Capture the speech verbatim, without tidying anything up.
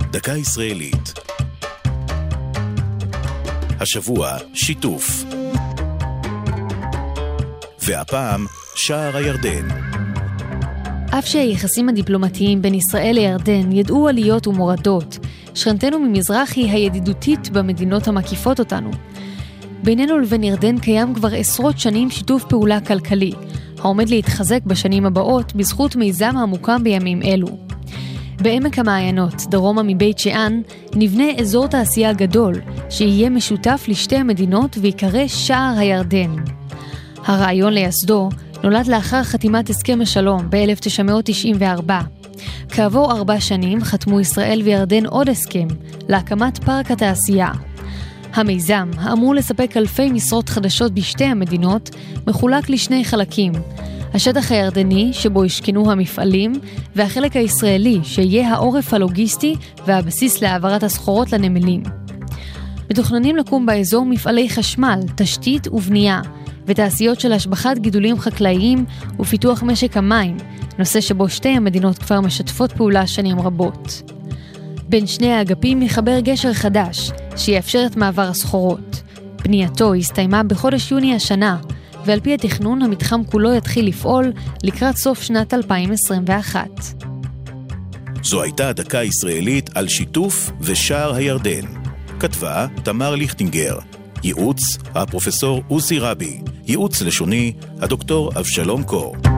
דקה ישראלית. השבוע שיתוף. והפעם שער הירדן. אף שהיחסים הדיפלומטיים בין ישראל לירדן ידעו עליות ומורדות, שכנתנו ממזרח היא הידידותית במדינות המקיפות אותנו. בינינו לבין ירדן קיים כבר עשרות שנים שיתוף פעולה כלכלי, העומד להתחזק בשנים הבאות בזכות מיזם המוקם בימים אלו. בעמק המעיינות, דרומה מבית שאן, נבנה אזור תעשייה גדול, שיהיה משותף לשתי המדינות ויקרא שער הירדן. הרעיון לייסדו נולד לאחר חתימת הסכם השלום ב-אלף תשע מאות תשעים וארבע. כעבור ארבע שנים חתמו ישראל וירדן עוד הסכם להקמת פארק התעשייה. המיזם, האמור לספק אלפי משרות חדשות בשתי המדינות, מחולק לשני חלקים. השטח הירדני, שבו ישכנו המפעלים, והחלק הישראלי, שיהיה העורף הלוגיסטי והבסיס להעברת הסחורות לנמלים. מתוכננים לקום באזור מפעלי חשמל, תשתית ובנייה, ותעשיות של השבחת גידולים חקלאיים ופיתוח משק המים, נושא שבו שתי המדינות כבר משתפות פעולה שנים רבות. בין שני האגפים מחבר גשר חדש, שיאפשר את מעבר הסחורות. בנייתו הסתיימה בחודש יוני השנה, ועל פי התכנון המתחם כולו יתחיל לפעול לקראת סוף שנת אלפיים עשרים ואחת. זו הייתה דקה ישראלית על שיתוף ושער הירדן. כתבה תמר ליכטינגר. ייעוץ הפרופסור עוזי רבי. ייעוץ לשוני הדוקטור אבשלום קור.